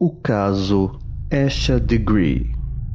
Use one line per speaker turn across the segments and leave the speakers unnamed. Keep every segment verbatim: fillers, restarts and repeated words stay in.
O caso Asha Degree.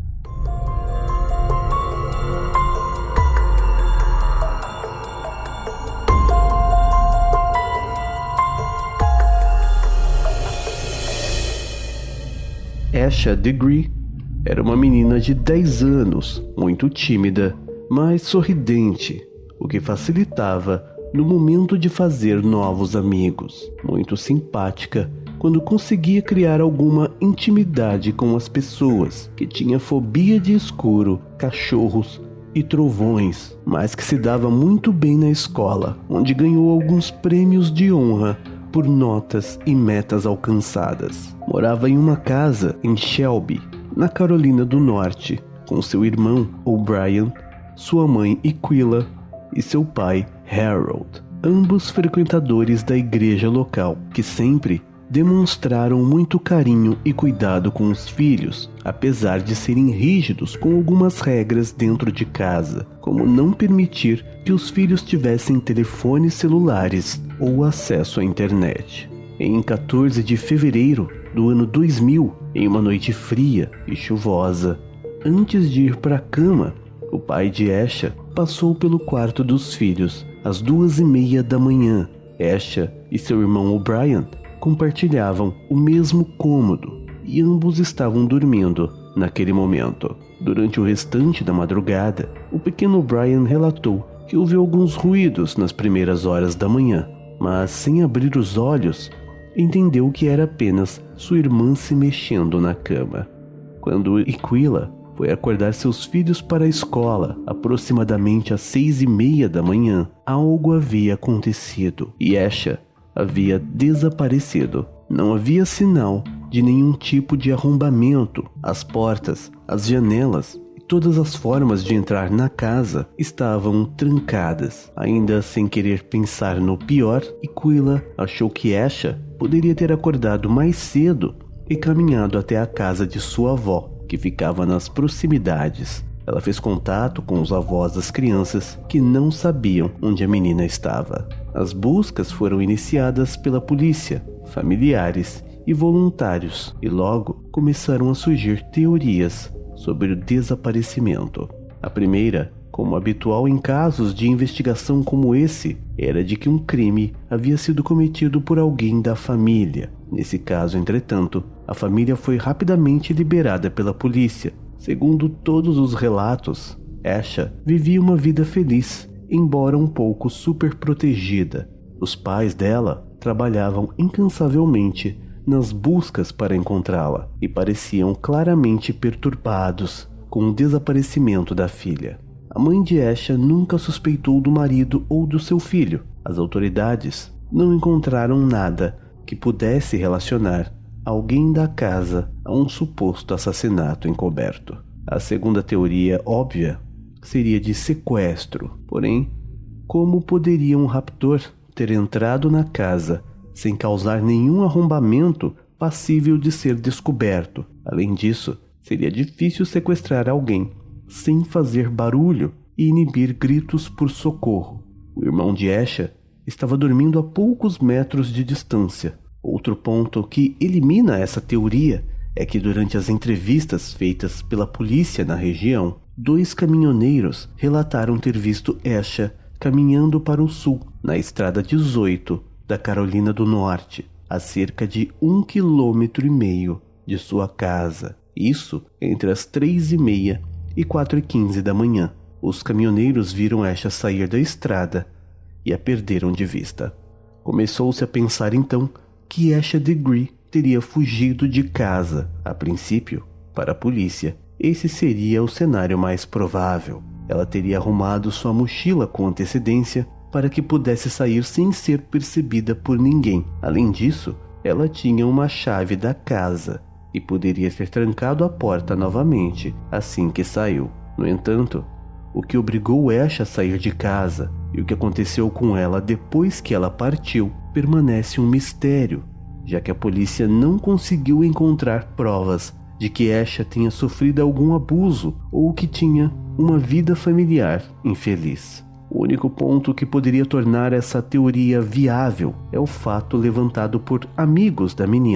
Asha Degree era uma menina de dez anos, muito tímida, mas sorridente, o que facilitava no momento de fazer novos amigos. Muito simpática quando conseguia criar alguma intimidade com as pessoas, que tinha fobia de escuro, cachorros e trovões, mas que se dava muito bem na escola, onde ganhou alguns prêmios de honra por notas e metas alcançadas. Morava em uma casa em Shelby, na Carolina do Norte, com seu irmão O'Brien, sua mãe Equila e seu pai Harold, ambos frequentadores da igreja local, que sempre demonstraram muito carinho e cuidado com os filhos, apesar de serem rígidos com algumas regras dentro de casa, como não permitir que os filhos tivessem telefones celulares ou acesso à internet. Em quatorze de fevereiro do ano dois mil, em uma noite fria e chuvosa, antes de ir para a cama, o pai de Asha passou pelo quarto dos filhos às duas e meia da manhã. Asha e seu irmão O'Brien compartilhavam o mesmo cômodo e ambos estavam dormindo naquele momento. Durante o restante da madrugada, o pequeno O'Brien relatou que ouviu alguns ruídos nas primeiras horas da manhã, mas sem abrir os olhos, entendeu que era apenas sua irmã se mexendo na cama. Quando Equila foi acordar seus filhos para a escola, aproximadamente às seis e meia da manhã, algo havia acontecido e Asha havia desaparecido. Não havia sinal de nenhum tipo de arrombamento. As portas, as janelas e todas as formas de entrar na casa estavam trancadas. Ainda sem querer pensar no pior, Equila achou que Asha poderia ter acordado mais cedo e caminhado até a casa de sua avó, que ficava nas proximidades. Ela fez contato com os avós das crianças, que não sabiam onde a menina estava. As buscas foram iniciadas pela polícia, familiares e voluntários, e logo começaram a surgir teorias sobre o desaparecimento. A primeira, como habitual em casos de investigação como esse, era de que um crime havia sido cometido por alguém da família. Nesse caso, entretanto, a família foi rapidamente liberada pela polícia. Segundo todos os relatos, Asha vivia uma vida feliz, embora um pouco superprotegida. Os pais dela trabalhavam incansavelmente nas buscas para encontrá-la e pareciam claramente perturbados com o desaparecimento da filha. A mãe de Asha nunca suspeitou do marido ou do seu filho. As autoridades não encontraram nada que pudesse relacionar alguém da casa a um suposto assassinato encoberto. A segunda teoria óbvia seria de sequestro. Porém, como poderia um raptor ter entrado na casa sem causar nenhum arrombamento passível de ser descoberto? Além disso, seria difícil sequestrar alguém sem fazer barulho e inibir gritos por socorro. O irmão de Asha estava dormindo a poucos metros de distância. Outro ponto que elimina essa teoria é que durante as entrevistas feitas pela polícia na região, dois caminhoneiros relataram ter visto Asha caminhando para o sul, na estrada dezoito da Carolina do Norte, a cerca de um quilômetro e meio de sua casa. Isso entre as três e meia e quatro e quinze da manhã. Os caminhoneiros viram Asha sair da estrada e a perderam de vista. Começou-se a pensar então que Asha Degree teria fugido de casa. A princípio, para a polícia, esse seria o cenário mais provável. Ela teria arrumado sua mochila com antecedência para que pudesse sair sem ser percebida por ninguém. Além disso, ela tinha uma chave da casa e poderia ter trancado a porta novamente assim que saiu. No entanto, o que obrigou Asha a sair de casa e o que aconteceu com ela depois que ela partiu permanece um mistério, já que a polícia não conseguiu encontrar provas de que Asha tenha sofrido algum abuso ou que tinha uma vida familiar infeliz. O único ponto que poderia tornar essa teoria viável é o fato levantado por amigos da menina,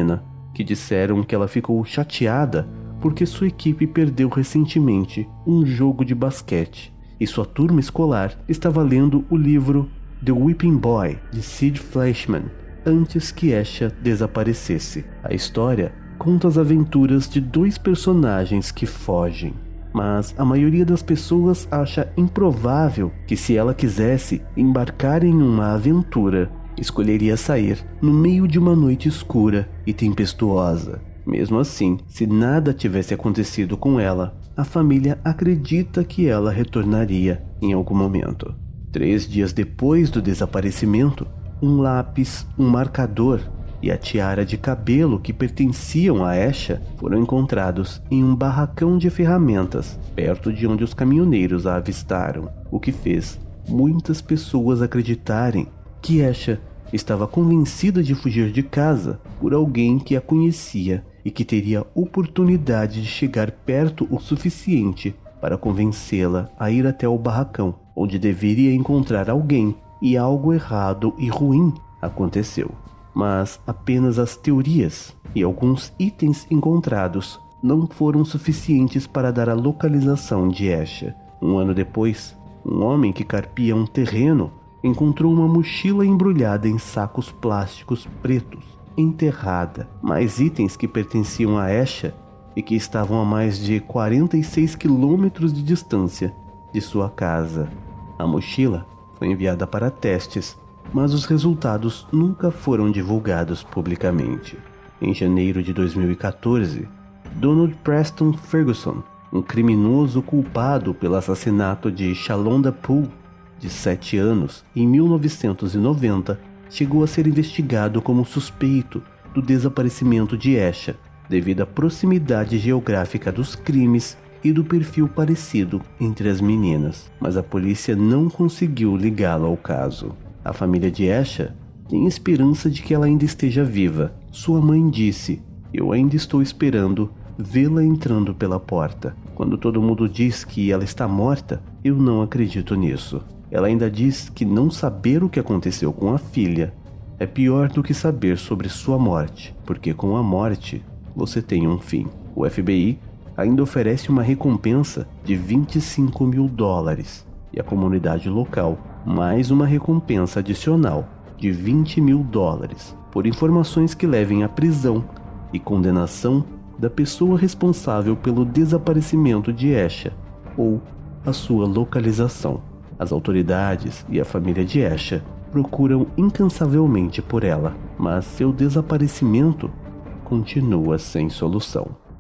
que disseram que ela ficou chateada porque sua equipe perdeu recentemente um jogo de basquete e sua turma escolar estava lendo o livro The Whipping Boy, de Sid Fleischman, antes que Asha desaparecesse. A história conta as aventuras de dois personagens que fogem, mas a maioria das pessoas acha improvável que, se ela quisesse embarcar em uma aventura, escolheria sair no meio de uma noite escura e tempestuosa. Mesmo assim, se nada tivesse acontecido com ela, a família acredita que ela retornaria em algum momento. Três dias depois do desaparecimento, um lápis, um marcador e a tiara de cabelo que pertenciam a Asha foram encontrados em um barracão de ferramentas perto de onde os caminhoneiros a avistaram, o que fez muitas pessoas acreditarem que Asha estava convencida de fugir de casa por alguém que a conhecia e que teria oportunidade de chegar perto o suficiente para convencê-la a ir até o barracão, onde deveria encontrar alguém, e algo errado e ruim aconteceu. Mas apenas as teorias e alguns itens encontrados não foram suficientes para dar a localização de Asha. Um ano depois, um homem que carpia um terreno encontrou uma mochila embrulhada em sacos plásticos pretos, enterrada. Mais itens que pertenciam a Asha e que estavam a mais de quarenta e seis quilômetros de distância de sua casa. A mochila foi enviada para testes, mas os resultados nunca foram divulgados publicamente. Em janeiro de dois mil e quatorze, Donald Preston Ferguson, um criminoso culpado pelo assassinato de Shalonda Poole, de sete anos, em mil novecentos e noventa, chegou a ser investigado como suspeito do desaparecimento de Asha, devido à proximidade geográfica dos crimes e do perfil parecido entre as meninas, mas a polícia não conseguiu ligá-lo ao caso. A família de Asha tem esperança de que ela ainda esteja viva. Sua mãe disse: "Eu ainda estou esperando vê-la entrando pela porta. Quando todo mundo diz que ela está morta, eu não acredito nisso." Ela ainda diz que não saber o que aconteceu com a filha é pior do que saber sobre sua morte, porque com a morte você tem um fim. O F B I ainda oferece uma recompensa de vinte e cinco mil dólares e a comunidade local mais uma recompensa adicional de vinte mil dólares por informações que levem à prisão e condenação da pessoa responsável pelo desaparecimento de Asha ou a sua localização. As autoridades e a família de Asha procuram incansavelmente por ela, mas seu desaparecimento continua sem solução.